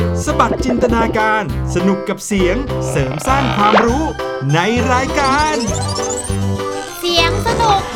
สบัดจินตนาการสนุกกับเสียงเสริมสร้างความรู้ในรายการเสียงสนุก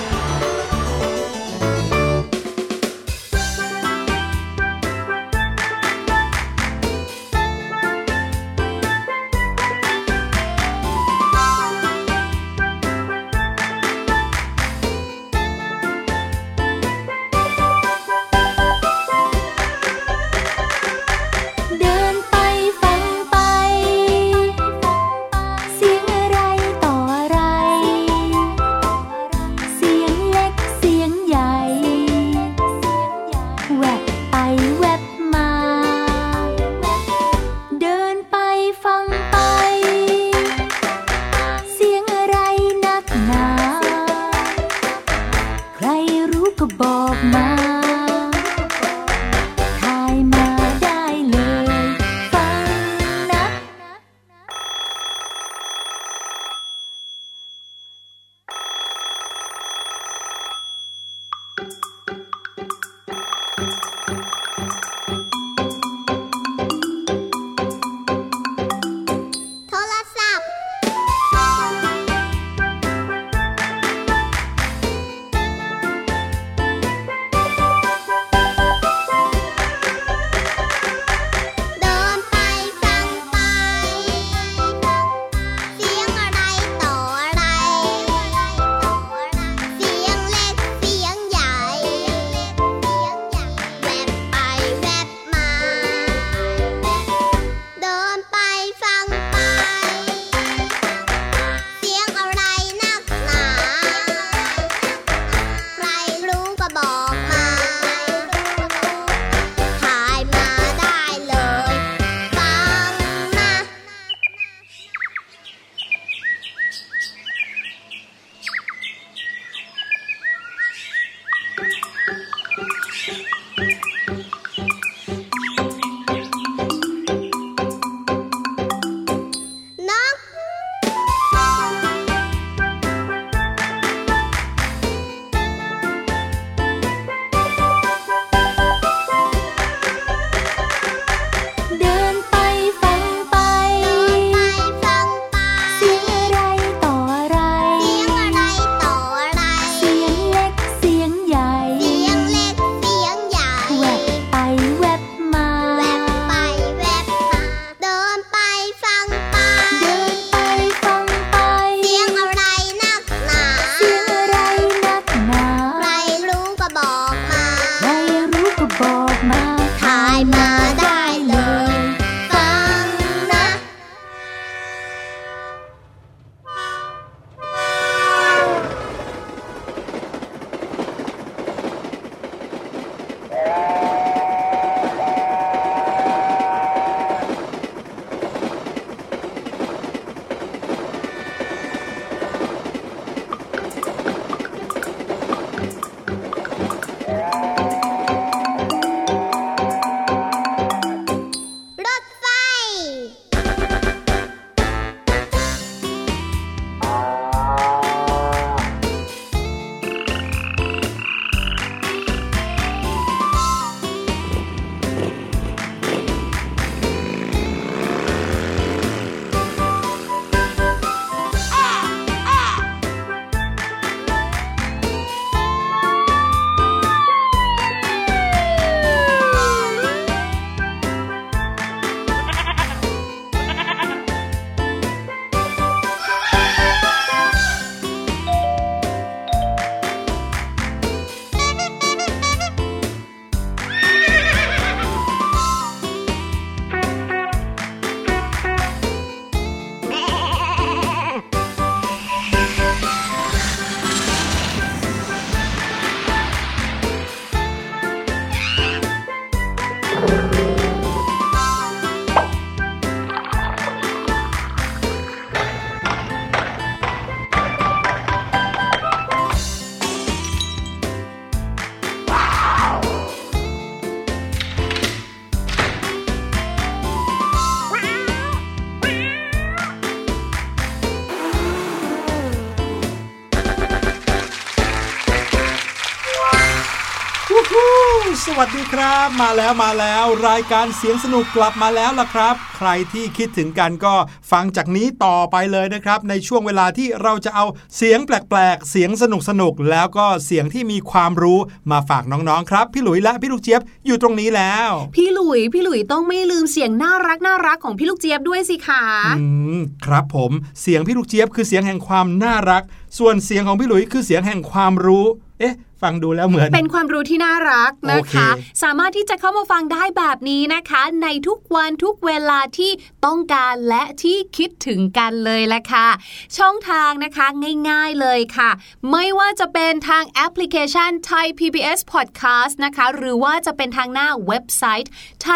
สวัสดีครับมาแล้วรายการเสียงสนุกกลับมาแล้วล่ะครับใครที่คิดถึงกันก็ฟังจากนี้ต่อไปเลยนะครับในช่วงเวลาที่เราจะเอาเสียงแปลกๆเสียงสนุกแล้วก็เสียงที่มีความรู้มาฝากน้องๆครับพี่หลุยและพี่ลูกเจี๊ยบอยู่ตรงนี้แล้วพี่หลุยต้องไม่ลืมเสียงน่ารักของพี่ลูกเจี๊ยบด้วยสิคะครับผมเสียงพี่ลูกเจี๊ยบคือเสียงแห่งความน่ารักส่วนเสียงของพี่หลุยคือเสียงแห่งความรู้ฟังดูแล้วเหมือนเป็นความรู้ที่น่ารักนะคะสามารถที่จะเข้ามาฟังได้แบบนี้นะคะในทุกวันทุกเวลาที่ต้องการและที่คิดถึงกันเลยแหละค่ะช่องทางนะคะง่ายๆเลยค่ะไม่ว่าจะเป็นทางแอปพลิเคชัน Thai PBS Podcast นะคะหรือว่าจะเป็นทางหน้าเว็บไซต์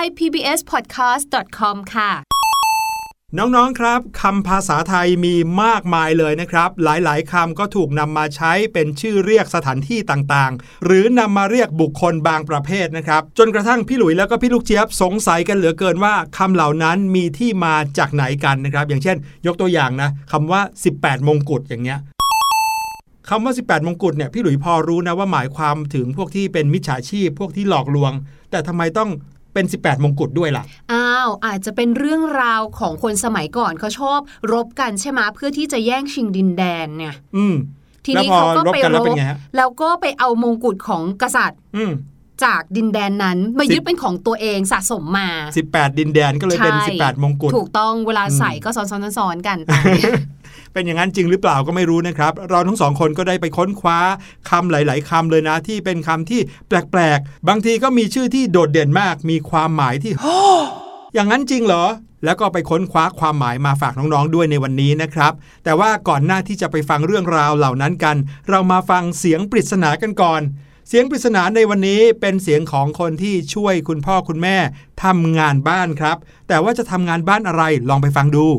thaipbspodcast.com ค่ะน้องๆครับคำภาษาไทยมีมากมายเลยนะครับหลายๆคำก็ถูกนำมาใช้เป็นชื่อเรียกสถานที่ต่างๆหรือนำมาเรียกบุคคลบางประเภทนะครับจนกระทั่งพี่หลุยแล้วก็พี่ลูกเจี๊ยบสงสัยกันเหลือเกินว่าคำเหล่านั้นมีที่มาจากไหนกันนะครับอย่างเช่นยกตัวอย่างนะคำว่า18มงกุฎอย่างเงี้ยคำว่า18มงกุฎเนี่ยพี่หลุยพอรู้นะว่าหมายความถึงพวกที่เป็นมิจฉาชีพพวกที่หลอกลวงแต่ทำไมต้องเป็น18มงกุฎด้วยล่ะอาจจะเป็นเรื่องราวของคนสมัยก่อนเขาชอบรบกันใช่ไหมเพื่อที่จะแย่งชิงดินแดนเนี่ยทีนี้เขาก็ไปรบแล้วก็ไปเอามงกุฎของกษัตริย์จากดินแดนนั้นมายึดเป็นของตัวเองสะสมมา 18ดินแดนก็เลยเป็น18มงกุฎถูกต้องเวลาใส่ก็ซ้อนๆกันไปเป็นอย่างนั้นจริงหรือเปล่าก็ไม่รู้นะครับเราทั้งสองคนก็ได้ไปค้นคว้าคำหลายๆคำเลยนะที่เป็นคำที่แปลกๆบางทีก็มีชื่อที่โดดเด่นมากมีความหมายที่ อย่างนั้นจริงเหรอแล้วก็ไปค้นคว้าความหมายมาฝากน้องๆด้วยในวันนี้นะครับแต่ว่าก่อนหน้าที่จะไปฟังเรื่องราวเหล่านั้นกันเรามาฟังเสียงปริศนากันก่อนเสียงปริศนาในวันนี้เป็นเสียงของคนที่ช่วยคุณพ่อคุณแม่ทำงานบ้านครับแต่ว่าจะทำงานบ้านอะไรลองไปฟังดู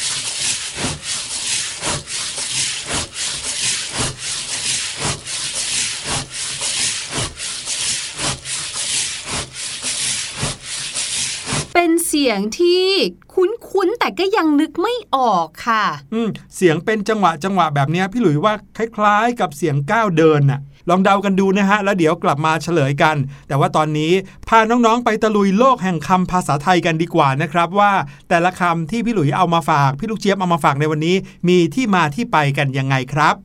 เป็นเสียงที่คุ้นๆแต่ก็ยังนึกไม่ออกค่ะเสียงเป็นจังหวะแบบนี้พี่หลุยว่าคล้ายๆกับเสียงก้าวเดินน่ะลองเดากันดูนะฮะแล้วเดี๋ยวกลับมาเฉลยกันแต่ว่าตอนนี้พาน้องๆไปตะลุยโลกแห่งคำภาษาไทยกันดีกว่านะครับว่าแต่ละคำที่พี่หลุยเอามาฝากพี่ลูกเจี๊ยบเอามาฝากในวันนี้มีที่มาที่ไปกันยังไงครับ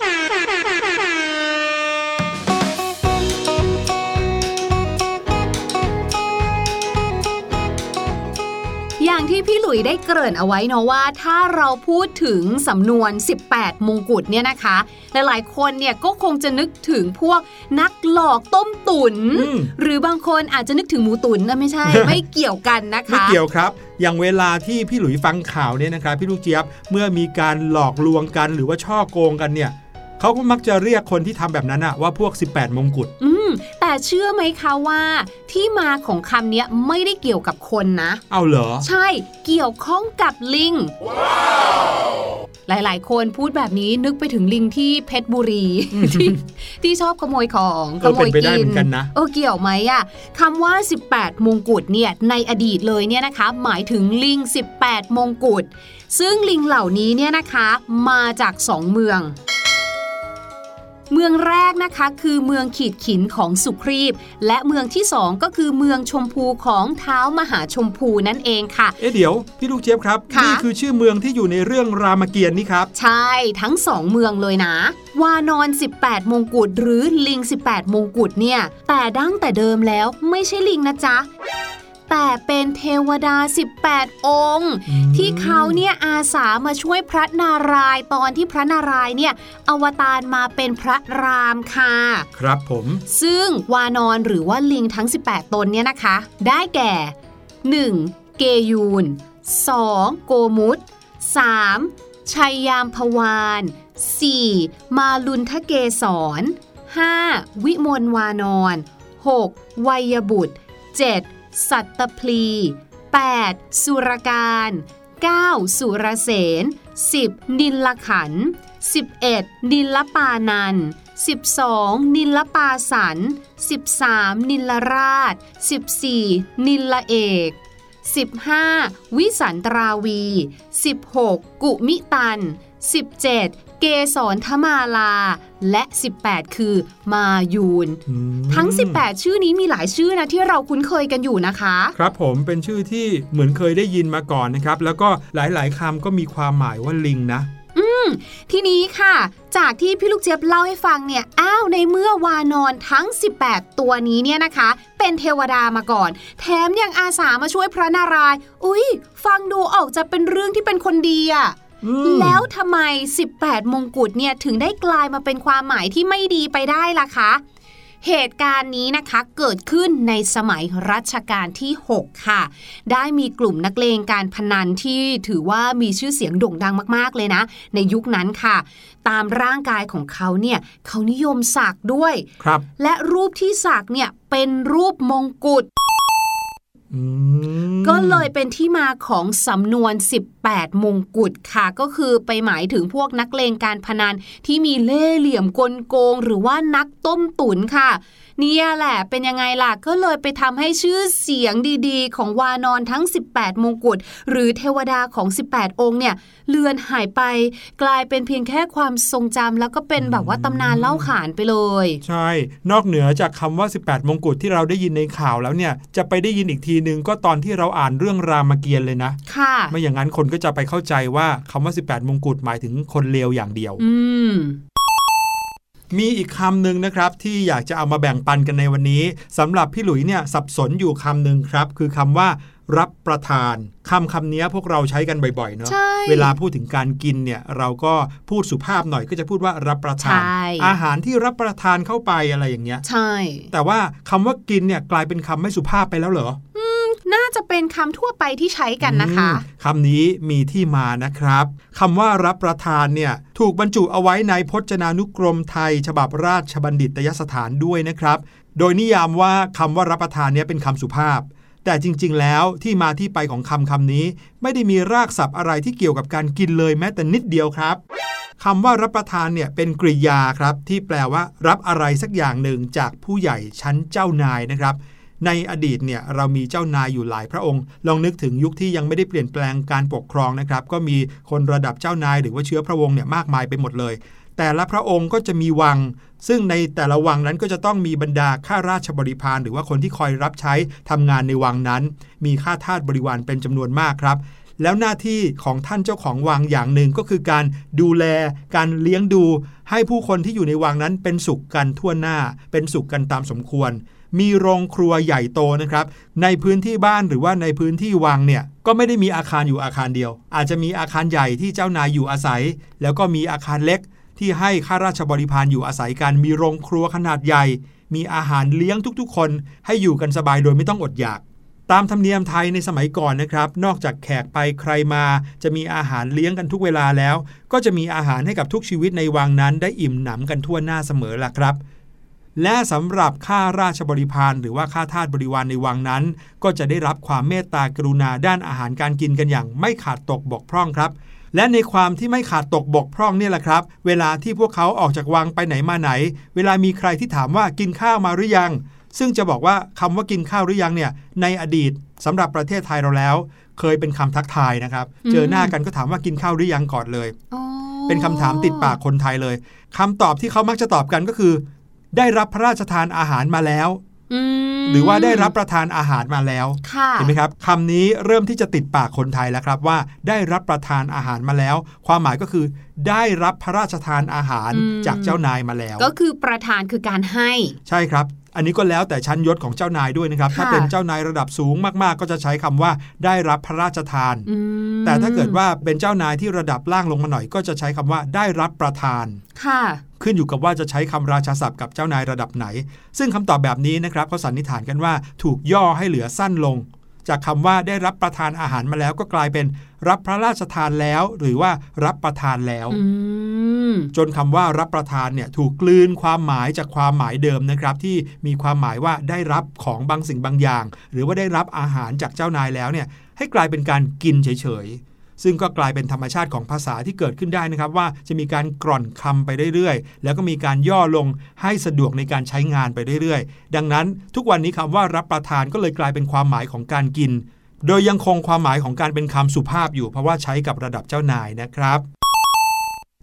อย่างที่พี่หลุยได้เกริ่นเอาไว้เนาะว่าถ้าเราพูดถึงสำนวน18มงกุฎเนี่ยนะคะหลายๆคนเนี่ยก็คงจะนึกถึงพวกนักหลอกต้มตุ๋นหรือบางคนอาจจะนึกถึงหมูตุ๋นไม่ใช่ ไม่เกี่ยวกันนะคะไม่เกี่ยวครับอย่างเวลาที่พี่หลุยฟังข่าวเนี่ยนะครับพี่ลูกเจี๊ยบเมื่อมีการหลอกลวงกันหรือว่าฉ้อโกงกันเนี่ยเขาก็มักจะเรียกคนที่ทำแบบนั้นว่าพวก18มงกุฎแต่เชื่อไหมคะว่าที่มาของคำนี้ไม่ได้เกี่ยวกับคนนะเอาเหรอใช่เกี่ยวข้องกับลิง wow! หลายๆคนพูดแบบนี้นึกไปถึงลิงที่เพชรบุรี ที่ชอบขโมยของขโมยกินเกี่ยวไหมคำว่า18มงกุฎเนี่ยในอดีตเลยเนี่ยนะคะหมายถึงลิง18มงกุฎซึ่งลิงเหล่านี้เนี่ยนะคะมาจาก2เมืองแรกนะคะคือเมืองขีดขินของสุครีพและเมืองที่2ก็คือเมืองชมพูของท้าวมหาชมพูนั่นเองค่ะเดี๋ยวพี่ลูกเจี๊ยบครับนี่คือชื่อเมืองที่อยู่ในเรื่องรามเกียรติ์นี่ครับใช่ทั้ง2เมืองเลยนะวานอน18มงกุฎหรือลิง18มงกุฎเนี่ยแต่ดั้งแต่เดิมแล้วไม่ใช่ลิงนะจ๊ะแต่เป็นเทวดา18องค์ที่เขาเนี่ยอาสามาช่วยพระนารายณ์ตอนที่พระนารายณ์เนี่ยอวตารมาเป็นพระรามค่ะครับผมซึ่งวานอนหรือว่าลิงทั้ง18ตนเนี่ยนะคะได้แก่ 1. เกยูน 2. โกมุต 3. ชัยยามพวาน 4. มาลุนทเกศร 5. วิมลวานอน 6. ไวยบุตร 7. สัตตพลี 8. สุรการ 9. สุรเสน 10. นิลขันธ์ 11. นิลปานันท์ 12. นิลปาสัน 13. นิลราช 14. นิลเอก 15. วิสันตราวี 16. กุมิตัน 17เกสรทมาลาและ18คือมายูนทั้ง18ชื่อนี้มีหลายชื่อนะที่เราคุ้นเคยกันอยู่นะคะครับผมเป็นชื่อที่เหมือนเคยได้ยินมาก่อนนะครับแล้วก็หลายๆคำก็มีความหมายว่าลิงนะทีนี้ค่ะจากที่พี่ลูกเจี๊ยบเล่าให้ฟังเนี่ยในเมื่อวานอนทั้ง18ตัวนี้เนี่ยนะคะเป็นเทวดามาก่อนแถมยังอาสามาช่วยพระนารายณ์ฟังดูออกจะเป็นเรื่องที่เป็นคนดีอะแล้วทำไม18มงกุฎเนี่ยถึงได้กลายมาเป็นความหมายที่ไม่ดีไปได้ล่ะคะเหตุการณ์นี้นะคะเกิดขึ้นในสมัยรัชกาลที่6ค่ะได้มีกลุ่มนักเลงการพนันที่ถือว่ามีชื่อเสียงโด่งดังมากๆเลยนะในยุคนั้นค่ะตามร่างกายของเขาเนี่ยเขานิยมสักด้วยครับและรูปที่สักเนี่ยเป็นรูปมงกุฎก็เลยเป็นที่มาของสำนวน18มงกุฎค่ะก็คือไปหมายถึงพวกนักเลงการพนันที่มีเล่ห์เหลี่ยมกลโกงหรือว่านักต้มตุ๋นค่ะเนี่ยแหละเป็นยังไงล่ะก็เลยไปทำให้ชื่อเสียงดีๆของวานอนทั้ง18มงกุฎหรือเทวดาของ18องค์เนี่ยเลือนหายไปกลายเป็นเพียงแค่ความทรงจำแล้วก็เป็นแบบว่าตำนานเล่าขานไปเลยใช่นอกเหนือจากคำว่า18มงกุฎที่เราได้ยินในข่าวแล้วเนี่ยจะไปได้ยินอีกทีนึงก็ตอนที่เราอ่านเรื่องรามเกียรติ์เลยนะค่ะไม่อย่างนั้นคนก็จะไปเข้าใจว่าคำว่า18มงกุฎหมายถึงคนเลวอย่างเดียวมีอีกคำหนึ่งนะครับที่อยากจะเอามาแบ่งปันกันในวันนี้สำหรับพี่หลุยเนี่ยสับสนอยู่คำหนึ่งครับคือคำว่ารับประทานคำนี้พวกเราใช้กันบ่อยๆเนาะเวลาพูดถึงการกินเนี่ยเราก็พูดสุภาพหน่อยก็จะพูดว่ารับประทานอาหารที่รับประทานเข้าไปอะไรอย่างเงี้ยใช่แต่ว่าคำว่ากินเนี่ยกลายเป็นคำไม่สุภาพไปแล้วเหรอน่าจะเป็นคำทั่วไปที่ใช้กันนะคะคำนี้มีที่มานะครับคำว่ารับประทานเนี่ยถูกบรรจุเอาไว้ในพจนานุกรมไทยฉบับราชบัณฑิตยสถานด้วยนะครับโดยนิยามว่าคำว่ารับประทานเนี่ยเป็นคำสุภาพแต่จริงๆแล้วที่มาที่ไปของคำนี้ไม่ได้มีรากศัพท์อะไรที่เกี่ยวกับการกินเลยแม้แต่นิดเดียวครับคำว่ารับประทานเนี่ยเป็นกริยาครับที่แปลว่ารับอะไรสักอย่างหนึ่งจากผู้ใหญ่ชั้นเจ้านายนะครับในอดีตเนี่ยเรามีเจ้านายอยู่หลายพระองค์ลองนึกถึงยุคที่ยังไม่ได้เปลี่ยนแปลงการปกครองนะครับก็มีคนระดับเจ้านายหรือว่าเชื้อพระวงศ์เนี่ยมากมายไปหมดเลยแต่ละพระองค์ก็จะมีวังซึ่งในแต่ละวังนั้นก็จะต้องมีบรรดาข้าราชบริพารหรือว่าคนที่คอยรับใช้ทำงานในวังนั้นมีข้าทาสบริวารเป็นจำนวนมากครับแล้วหน้าที่ของท่านเจ้าของวังอย่างหนึ่งก็คือการดูแลการเลี้ยงดูให้ผู้คนที่อยู่ในวังนั้นเป็นสุขกันทั่วหน้าเป็นสุขกันตามสมควรมีโรงครัวใหญ่โตนะครับในพื้นที่บ้านหรือว่าในพื้นที่วังเนี่ยก็ไม่ได้มีอาคารอยู่อาคารเดียวอาจจะมีอาคารใหญ่ที่เจ้านายอยู่อาศัยแล้วก็มีอาคารเล็กที่ให้ข้าราชบริพารอยู่อาศัยกันมีโรงครัวขนาดใหญ่มีอาหารเลี้ยงทุกๆคนให้อยู่กันสบายโดยไม่ต้องอดอยากตามธรรมเนียมไทยในสมัยก่อนนะครับนอกจากแขกไปใครมาจะมีอาหารเลี้ยงกันทุกเวลาแล้วก็จะมีอาหารให้กับทุกชีวิตในวังนั้นได้อิ่มหนำกันทั่วหน้าเสมอล่ะครับและสำหรับข้าราชบริพารหรือว่าข้าทาสบริวารในวังนั้นก็จะได้รับความเมตตากรุณาด้านอาหารการกินกันอย่างไม่ขาดตกบกพร่องครับและในความที่ไม่ขาดตกบกพร่องนี่แหละครับเวลาที่พวกเขาออกจากวังไปไหนมาไหนเวลามีใครที่ถามว่ากินข้าวมาหรือยังซึ่งจะบอกว่าคำว่ากินข้าวหรือยังเนี่ยในอดีตสำหรับประเทศไทยเราแล้วเคยเป็นคำทักทายนะครับเจอหน้ากันก็ถามว่ากินข้าวหรือยังก่อนเลยเป็นคำถามติดปากคนไทยเลยคำตอบที่เขามักจะตอบกันก็คือได้รับพระราชทานอาหารมาแล้วหรือว่าได้รับประทานอาหารมาแล้วเห็นไหมครับคำนี้เริ่มที่จะติดปากคนไทยแล้วครับว่าได้รับประทานอาหารมาแล้วความหมายก็คือได้รับพระราชทานอาหารจากเจ้านายมาแล้วก็คือประทานคือการให้ใช่ครับอันนี้ก็แล้วแต่ชั้นยศของเจ้านายด้วยนะครับถ้าเป็นเจ้านายระดับสูงมากๆก็จะใช้คำว่าได้รับพระราชทานแต่ถ้าเกิดว่าเป็นเจ้านายที่ระดับล่างลงมาหน่อยก็จะใช้คำว่าได้รับประทานค่ะขึ้นอยู่กับว่าจะใช้คำราชาศัพท์กับเจ้านายระดับไหนซึ่งคำตอบแบบนี้นะครับเขาสันนิษฐานกันว่าถูกย่อให้เหลือสั้นลงจากคำว่าได้รับประทานอาหารมาแล้วก็กลายเป็นรับพระราชทานแล้วหรือว่ารับประทานแล้วจนคำว่ารับประทานเนี่ยถูกกลืนความหมายจากความหมายเดิมนะครับที่มีความหมายว่าได้รับของบางสิ่งบางอย่างหรือว่าได้รับอาหารจากเจ้านายแล้วเนี่ยให้กลายเป็นการกินเฉยๆซึ่งก็กลายเป็นธรรมชาติของภาษาที่เกิดขึ้นได้นะครับว่าจะมีการกร่อนคำไปเรื่อยๆแล้วก็มีการย่อลงให้สะดวกในการใช้งานไปเรื่อยๆดังนั้นทุกวันนี้คำว่ารับประทานก็เลยกลายเป็นความหมายของการกินโดยยังคงความหมายของการเป็นคำสุภาพอยู่เพราะว่าใช้กับระดับเจ้านายนะครับ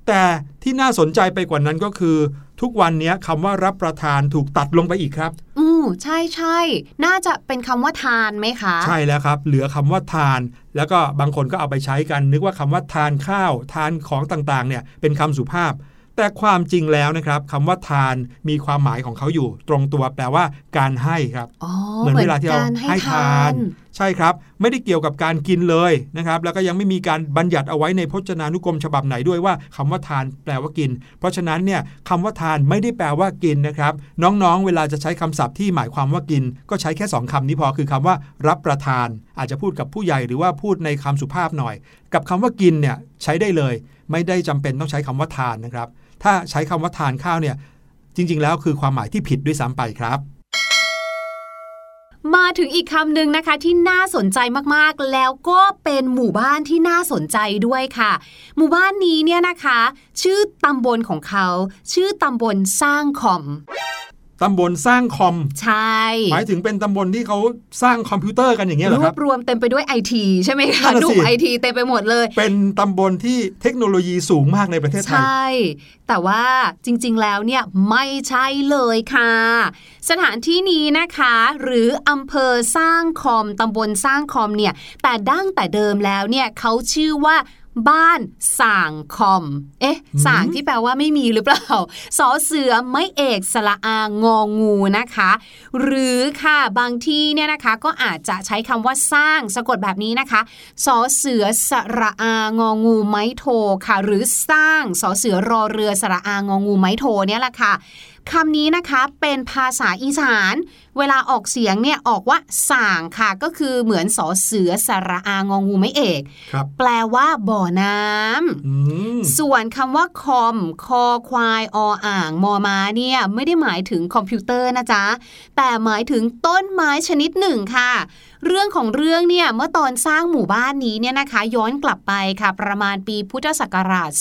แต่ที่น่าสนใจไปกว่านั้นก็คือทุกวันนี้คำว่ารับประทานถูกตัดลงไปอีกครับใช่ใช่น่าจะเป็นคำว่าทานไหมคะใช่แล้วครับเหลือคำว่าทานแล้วก็บางคนก็เอาไปใช้กันนึกว่าคำว่าทานข้าวทานของต่างๆเนี่ยเป็นคำสุภาพแต่ความจริงแล้วนะครับคำว่าทานมีความหมายของเขาอยู่ตรงตัวแปลว่าการให้ครับเหมือนเวลาที่เราให้ทานใช่ครับไม่ได้เกี่ยวกับการกินเลยนะครับแล้วก็ยังไม่มีการบัญญัติเอาไว้ในพจนานุกรมฉบับไหนด้วยว่าคำว่าทานแปลว่ากินเพราะฉะนั้นเนี่ยคำว่าทานไม่ได้แปลว่ากินนะครับน้องๆเวลาจะใช้คำศัพท์ที่หมายความว่ากินก็ใช้แค่2คำนี้พอคือคำว่ารับประทานอาจจะพูดกับผู้ใหญ่หรือว่าพูดในคำสุภาพหน่อยกับคำว่ากินเนี่ยใช้ได้เลยไม่ได้จำเป็นต้องใช้คำว่าทานนะครับถ้าใช้คำว่าทานข้าวเนี่ยจริงๆแล้วคือความหมายที่ผิดด้วยซ้ำไปครับมาถึงอีกคำหนึ่งนะคะที่น่าสนใจมากๆแล้วก็เป็นหมู่บ้านที่น่าสนใจด้วยค่ะหมู่บ้านนี้เนี่ยนะคะชื่อตำบลของเขาชื่อตำบลสร้างคอมตำบลสร้างคอมใช่หมายถึงเป็นตำบลที่เขาสร้างคอมพิวเตอร์กันอย่างเงี้ยเหรอครับรวบรวมเต็มไปด้วย IT ใช่ไหมคะหนุ่ม IT เต็มไปหมดเลยเป็นตำบลที่เทคโนโลยีสูงมากในประเทศไทยใช่แต่ว่าจริงๆแล้วเนี่ยไม่ใช่เลยค่ะสถานที่นี้นะคะหรืออำเภอสร้างคอมตำบลสร้างคอมเนี่ยแต่ดั้งแต่เดิมแล้วเนี่ยเขาชื่อว่าบ้านส่างคอมส่างที่แปลว่าไม่มีหรือเปล่าสอเสือไม้เอกสระอางองูนะคะหรือค่ะบางที่เนี่ยนะคะก็อาจจะใช้คำว่าสร้างสะกดแบบนี้นะคะสอเสือสระอางองูไม้โทค่ะหรือสร้างสอเสือรอเรือสระอางองูไม้โทเนี่ยแหละค่ะคำนี้นะคะเป็นภาษาอีสานเวลาออกเสียงเนี่ยออกว่าส่างค่ะก็คือเหมือนสอเสือสระอางองูไม่เอกแปลว่าบ่อน้ำส่วนคำว่าคอมคอควายออ่างมอม้าเนี่ยไม่ได้หมายถึงคอมพิวเตอร์นะจ๊ะแต่หมายถึงต้นไม้ชนิดหนึ่งค่ะเรื่องของเรื่องเนี่ยเมื่อตอนสร้างหมู่บ้านนี้เนี่ยนะคะย้อนกลับไปค่ะประมาณปีพุทธศักราช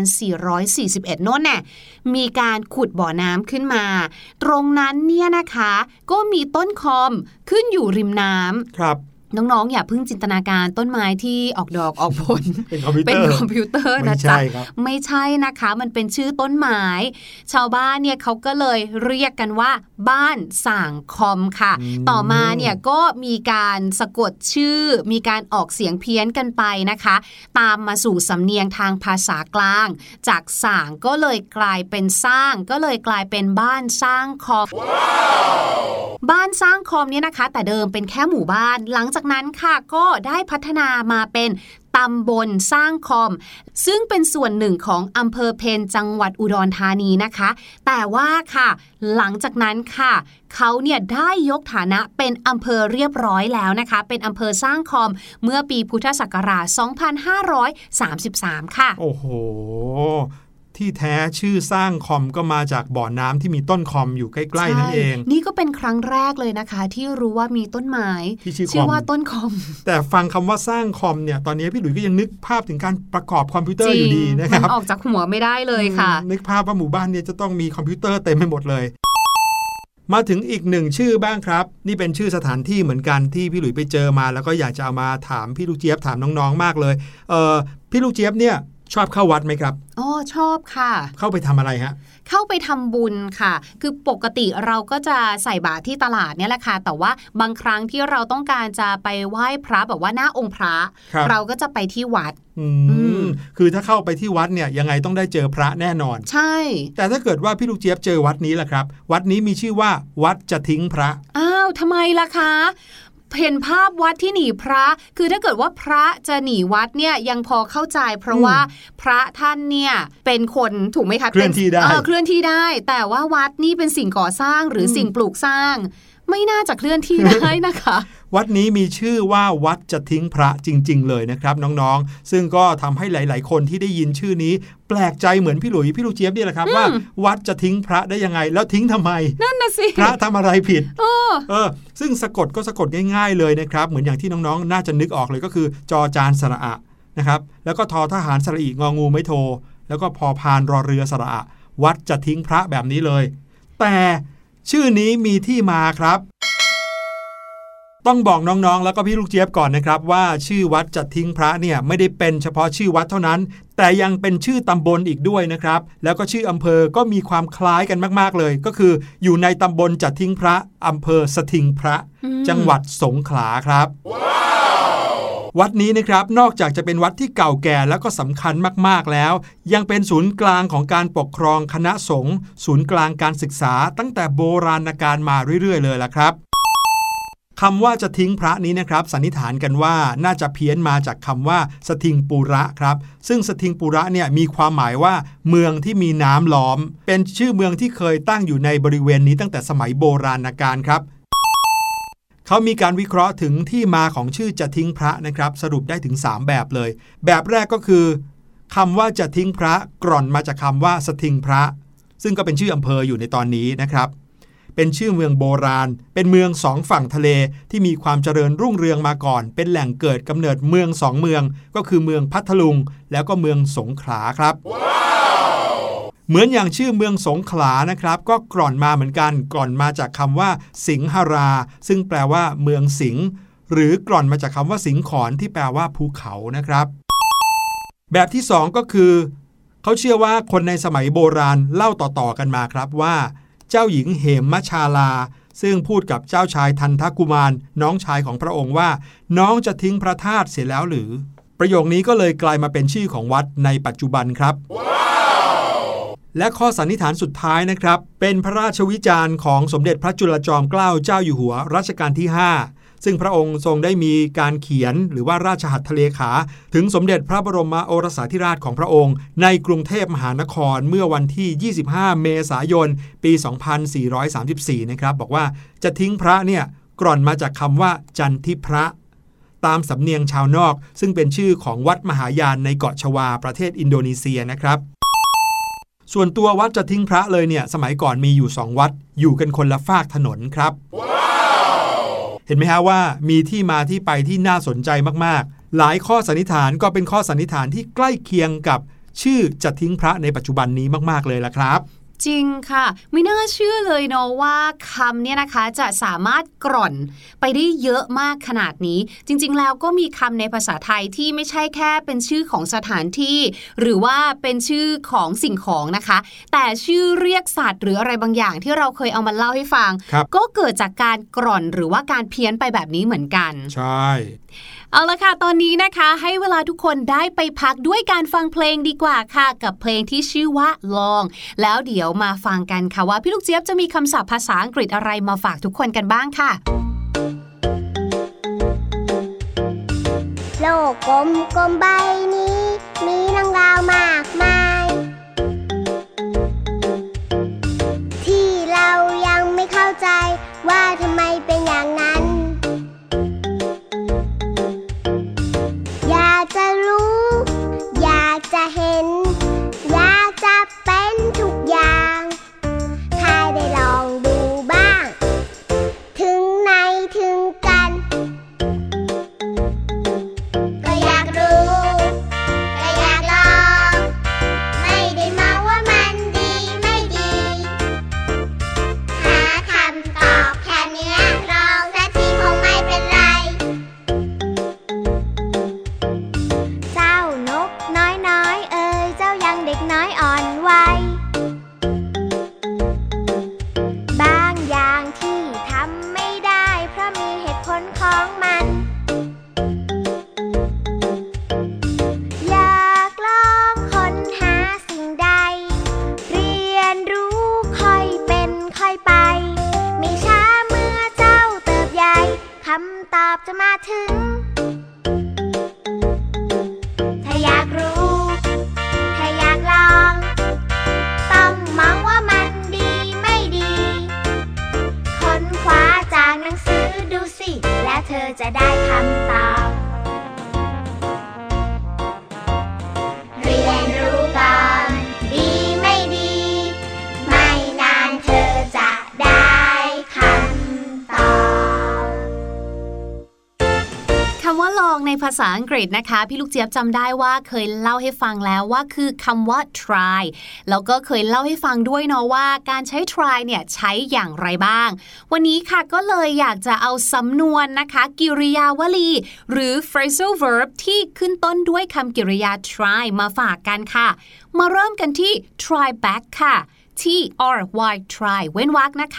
2441 โน่นแน่มีการขุดบ่อน้ำขึ้นมาตรงนั้นเนี่ยนะคะก็มีต้นคอมขึ้นอยู่ริมน้ำครับน้องๆอย่าเพิ่งจินตนาการต้นไม้ที่ออกดอกออกผล เป็นคอมพิวเตอร์นะจ๊ะไม่ใช่นะคะมันเป็นชื่อต้นไม้ชาวบ้านเนี่ยเขาก็เลยเรียกกันว่าบ้านส่างคอมค่ะต่อมาเนี่ยก็มีการสะกดชื่อมีการออกเสียงเพี้ยนกันไปนะคะตามมาสู่สำเนียงทางภาษากลางจากส่างก็เลยกลายเป็นสร้างก็เลยกลายเป็นบ้านสร้างคอม บ้านสร้างคอมเนี่ยนะคะแต่เดิมเป็นแค่หมู่บ้านหลังจากนั้นค่ะก็ได้พัฒนามาเป็นตำบลสร้างคอมซึ่งเป็นส่วนหนึ่งของอำเภอเพนจังหวัดอุดรธานีนะคะแต่ว่าค่ะหลังจากนั้นค่ะเขาเนี่ยได้ยกฐานะเป็นอำเภอเรียบร้อยแล้วนะคะเป็นอำเภอสร้างคอมเมื่อปีพุทธศักราช 2533 ค่ะโอ้โหที่แท้ชื่อสร้างคอมก็มาจากบ่อน้ำที่มีต้นคอมอยู่ใกล้ๆนั่นเองนี่ก็เป็นครั้งแรกเลยนะคะที่รู้ว่ามีต้นไม้ที่ชื่อว่าต้นคอมแต่ฟังคำว่าสร้างคอมเนี่ยตอนนี้พี่หลุยส์ก็ยังนึกภาพถึงการประกอบคอมพิวเตอร์อยู่ดีนะครับมันออกจากหัวไม่ได้เลยค่ะนึกภาพว่าหมู่บ้านเนี่ยจะต้องมีคอมพิวเตอร์เต็มไปหมดเลยมาถึงอีกหนึ่งชื่อบ้างครับนี่เป็นชื่อสถานที่เหมือนกันที่พี่หลุยส์ไปเจอมาแล้วก็อยากจะเอามาถามพี่ลูกเจี๊ยบถามน้องๆมากเลยพี่ลูกเจี๊ยบเนี่ยชอบเข้าวัดไหมครับอ๋อชอบค่ะเข้าไปทำอะไรฮะเข้าไปทำบุญค่ะคือปกติเราก็จะใส่บาตรที่ตลาดเนี่ยแหละค่ะแต่ว่าบางครั้งที่เราต้องการจะไปไหว้พระแบบว่าหน้าองค์พระเราก็จะไปที่วัดคือถ้าเข้าไปที่วัดเนี่ยยังไงต้องได้เจอพระแน่นอนใช่แต่ถ้าเกิดว่าพี่ลูกเจี๊ยบเจอวัดนี้ล่ะครับวัดนี้มีชื่อว่าวัดจะทิ้งพระอ้าวทำไมล่ะคะเห็นภาพวัดที่หนีพระคือถ้าเกิดว่าพระจะหนีวัดเนี่ยยังพอเข้าใจเพราะว่าพระท่านเนี่ยเป็นคนถูกไหมคะเคลื่อนที่ได้เคลื่อนที่ได้แต่ว่าวัดนี่เป็นสิ่งก่อสร้างหรือสิ่งปลูกสร้างไม่น่าจะเคลื่อนที่ได้นะคะวัดนี้มีชื่อว่าวัดจะทิ้งพระจริงๆเลยนะครับน้องๆซึ่งก็ทำให้หลายๆคนที่ได้ยินชื่อนี้แปลกใจเหมือนพี่หลุยพี่ลูกเจี๊ยบนี่แหละครับว่าวัดจะทิ้งพระได้ยังไงแล้วทิ้งทำไมนั่นน่ะสิพระทำอะไรผิดซึ่งสะกดก็สะกดง่ายๆเลยนะครับเหมือนอย่างที่น้องๆน่าจะนึกออกเลยก็คือจอจานสระอะนะครับแล้วก็ทอทหารสระอีงองูไม่โทแล้วก็พอพานรอเรือสระอะวัดจะทิ้งพระแบบนี้เลยแต่ชื่อนี้มีที่มาครับต้องบอกน้องๆแล้วก็พี่ลูกเจี๊ยบก่อนนะครับว่าชื่อวัดจะทิ้งพระเนี่ยไม่ได้เป็นเฉพาะชื่อวัดเท่านั้นแต่ยังเป็นชื่อตำบลอีกด้วยนะครับแล้วก็ชื่ออำเภอก็มีความคล้ายกันมากๆเลยก็คืออยู่ในตำบลจะทิ้งพระอำเภอสถิงพระจังหวัดสงขลาครับ วัดนี้นะครับนอกจากจะเป็นวัดที่เก่าแก่แล้วก็สำคัญมากๆแล้วยังเป็นศูนย์กลางของการปกครองคณะสงฆ์ศูนย์กลางการศึกษาตั้งแต่โบราณกาลมาเรื่อยๆเลยล่ะครับคำว่าจะทิ้งพระนี้นะครับสันนิษฐานกันว่าน่าจะเพี้ยนมาจากคำว่าสถิงปุระครับซึ่งสถิงปุระเนี่ยมีความหมายว่าเมืองที่มีน้ำล้อมเป็นชื่อเมืองที่เคยตั้งอยู่ในบริเวณนี้ตั้งแต่สมัยโบราณกาลครับเขามีการวิเคราะห์ถึงที่มาของชื่อจะทิ้งพระนะครับสรุปได้ถึง3แบบเลยแบบแรกก็คือคำว่าจะทิ้งพระกร่อนมาจากคำว่าสถิงพระซึ่งก็เป็นชื่ออำเภออยู่ในตอนนี้นะครับเป็นชื่อเมืองโบราณเป็นเมือง2ฝั่งทะเลที่มีความเจริญรุ่งเรืองมาก่อนเป็นแหล่งเกิดกำเนิดเมือง2เมืองก็คือเมืองพัทลุงแล้วก็เมืองสงขลาครับ เหมือนอย่างชื่อเมืองสงขลานะครับก็กร่อนมาเหมือนกันกร่อนมาจากคำว่าสิงหราซึ่งแปลว่าเมืองสิงห์หรือกร่อนมาจากคำว่าสิงขอนที่แปลว่าภูเขานะครับแบบที่2ก็คือเขาเชื่อว่าคนในสมัยโบราณเล่าต่อๆกันมาครับว่าเจ้าหญิงเหมชาลาซึ่งพูดกับเจ้าชายทันทกุมารน้องชายของพระองค์ว่าน้องจะทิ้งพระธาตุเสียแล้วหรือประโยคนี้ก็เลยกลายมาเป็นชื่อของวัดในปัจจุบันครับ และข้อสันนิษฐานสุดท้ายนะครับเป็นพระราชวิจารณ์ของสมเด็จพระจุลจอมเกล้าเจ้าอยู่หัวรัชกาลที่5ซึ่งพระองค์ทรงได้มีการเขียนหรือว่าราชหัตถเลขาถึงสมเด็จพระบรมโอรสาธิราชของพระองค์ในกรุงเทพมหานครเมื่อวันที่25เมษายนปี2434นะครับบอกว่าจะทิ้งพระเนี่ยกร่อนมาจากคำว่าจันทิพระตามสำเนียงชาวนอกซึ่งเป็นชื่อของวัดมหายานในเกาะชวาประเทศอินโดนีเซียนะครับส่วนตัววัดจะทิ้งพระเลยเนี่ยสมัยก่อนมีอยู่2วัดอยู่กันคนละฝากถนนครับ เห็นไหมฮะว่ามีที่มาที่ไปที่น่าสนใจมากๆหลายข้อสันนิษฐานก็เป็นข้อสันนิษฐานที่ใกล้เคียงกับชื่อจะทิ้งพระในปัจจุบันนี้มากๆเลยล่ะครับจริงค่ะไม่น่าเชื่อเลยเนาะว่าคำเนี่ยนะคะจะสามารถกร่อนไปได้เยอะมากขนาดนี้จริงๆแล้วก็มีคำในภาษาไทยที่ไม่ใช่แค่เป็นชื่อของสถานที่หรือว่าเป็นชื่อของสิ่งของนะคะแต่ชื่อเรียกสัตว์หรืออะไรบางอย่างที่เราเคยเอามาเล่าให้ฟังก็เกิดจากการกร่อนหรือว่าการเพี้ยนไปแบบนี้เหมือนกันใช่เอาละค่ะตอนนี้นะคะให้เวลาทุกคนได้ไปพักด้วยการฟังเพลงดีกว่าค่ะกับเพลงที่ชื่อว่าลองแล้วเดี๋ยวมาฟังกันค่ะว่าพี่ลูกเจี๊ยบจะมีคำศัพท์ภาษาอังกฤษอะไรมาฝากทุกคนกันบ้างค่ะโลกกลมๆใบนี้มีเรื่องราวมากมายที่เรายังไม่เข้าใจว่าทำไมเป็นอย่างนั้นอยากจะรู้อยากจะเห็นอยากจะเป็นทุกอย่างถ้าได้ลองดูบ้างถึงไหนถึงกันก็อยากรู้ก็อยากลองคำว่าลองในภาษาอังกฤษนะคะพี่ลูกเจี๊ยบจำได้ว่าเคยเล่าให้ฟังแล้วว่าคือคำว่า try แล้วก็เคยเล่าให้ฟังด้วยเนาะว่าการใช้ try เนี่ยใช้อย่างไรบ้างวันนี้ค่ะก็เลยอยากจะเอาสำนวนนะคะกริยาวลีหรือ phrasal verb ที่ขึ้นต้นด้วยคำกริยา try มาฝากกันค่ะมาเริ่มกันที่ try back ค่ะ try try เว้นวรรคนะคะ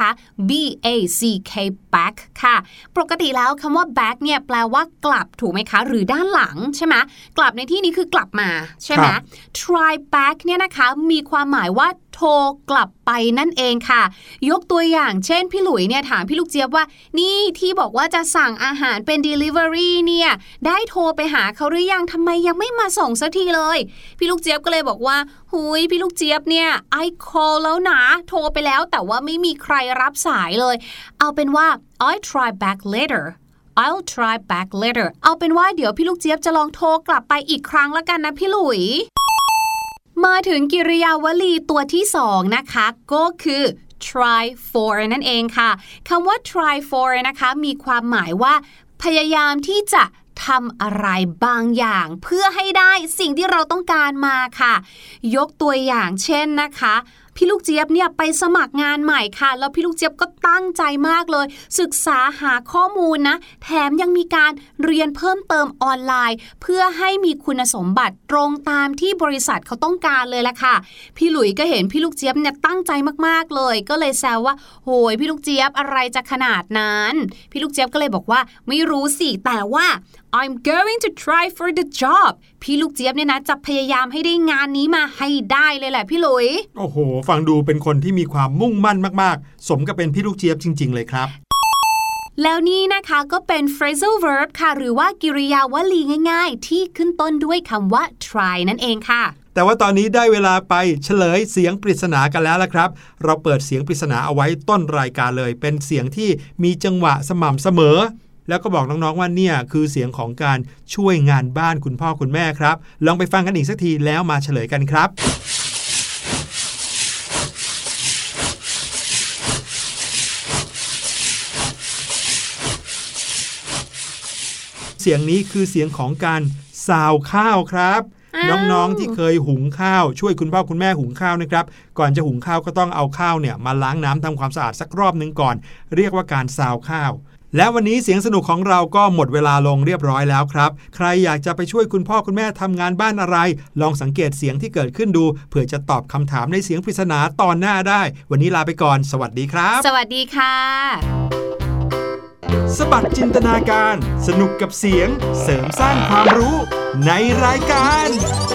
back back ค่ะปกติแล้วคำว่า back เนี่ยแปลว่ากลับถูกไหมคะหรือด้านหลังใช่ไหมกลับในที่นี้คือกลับมาใช่ไหม try back เนี่ยนะคะมีความหมายว่าโทรกลับไปนั่นเองค่ะยกตัวอย่างเช่นพี่หลุยเนี่ยถามพี่ลูกเจี๊ยบว่านี่ที่บอกว่าจะสั่งอาหารเป็น delivery เนี่ยได้โทรไปหาเขาหรือยังทำไมยังไม่มาส่งสักทีเลยพี่ลูกเจี๊ยบก็เลยบอกว่าหุยพี่ลูกเจี๊ยบเนี่ย I call แล้วนะโทรไปแล้วแต่ว่าไม่มีใครรับสายเลยเอาเป็นว่า I'll try back later I'll try back later เอาเป็นว่าเดี๋ยวพี่ลูกเจี๊ยบจะลองโทรกลับไปอีกครั้งละกันนะพี่หลุยมาถึงกริยาวลีตัวที่2นะคะก็คือ try for นั่นเองค่ะคำว่า try for นะคะมีความหมายว่าพยายามที่จะทำอะไรบางอย่างเพื่อให้ได้สิ่งที่เราต้องการมาค่ะยกตัวอย่างเช่นนะคะพี่ลูกเจี๊ยบเนี่ยไปสมัครงานใหม่ค่ะแล้วพี่ลูกเจี๊ยบก็ตั้งใจมากเลยศึกษาหาข้อมูลนะแถมยังมีการเรียนเพิ่มเติมออนไลน์เพื่อให้มีคุณสมบัติตรงตามที่บริษัทเขาต้องการเลยล่ะค่ะพี่หลุยก็เห็นพี่ลูกเจี๊ยบเนี่ยตั้งใจมากๆเลยก็เลยแซวว่าโหยพี่ลูกเจี๊ยบอะไรจะขนาดนั้นพี่ลูกเจี๊ยบก็เลยบอกว่าไม่รู้สิแต่ว่า I'm going to try for the job พี่ลูกเจี๊ยบเนี่ยนะจะพยายามให้ได้งานนี้มาให้ได้เลยแหละพี่หลุยโอ้โหฟังดูเป็นคนที่มีความมุ่งมั่นมากๆสมกับเป็นพี่ลูกเจี๊ยบจริงๆเลยครับแล้วนี่นะคะก็เป็น phrasal verb ค่ะหรือว่ากริยาวลีง่ายๆที่ขึ้นต้นด้วยคำว่า try นั่นเองค่ะแต่ว่าตอนนี้ได้เวลาไปเฉลยเสียงปริศนากันแล้วล่ะครับเราเปิดเสียงปริศนาเอาไว้ต้นรายการเลยเป็นเสียงที่มีจังหวะสม่ำเสมอแล้วก็บอกน้องๆว่าเนี่ยคือเสียงของการช่วยงานบ้านคุณพ่อคุณแม่ครับลองไปฟังกันอีกสักทีแล้วมาเฉลยกันครับเสียงนี้คือเสียงของการซาวข้าวครับน้องๆที่เคยหุงข้าวช่วยคุณพ่อคุณแม่หุงข้าวนะครับก่อนจะหุงข้าวก็ต้องเอาข้าวเนี่ยมาล้างน้ำทำความสะอาดสักรอบนึงก่อนเรียกว่าการซาวข้าวและวันนี้เสียงสนุกของเราก็หมดเวลาลงเรียบร้อยแล้วครับใครอยากจะไปช่วยคุณพ่อคุณแม่ทำงานบ้านอะไรลองสังเกตเสียงที่เกิดขึ้นดูเผื่อจะตอบคำถามในเสียงปริศนาตอนหน้าได้วันนี้ลาไปก่อนสวัสดีครับสวัสดีค่ะสบัดจินตนาการสนุกกับเสียงเสริมสร้างความรู้ในรายการ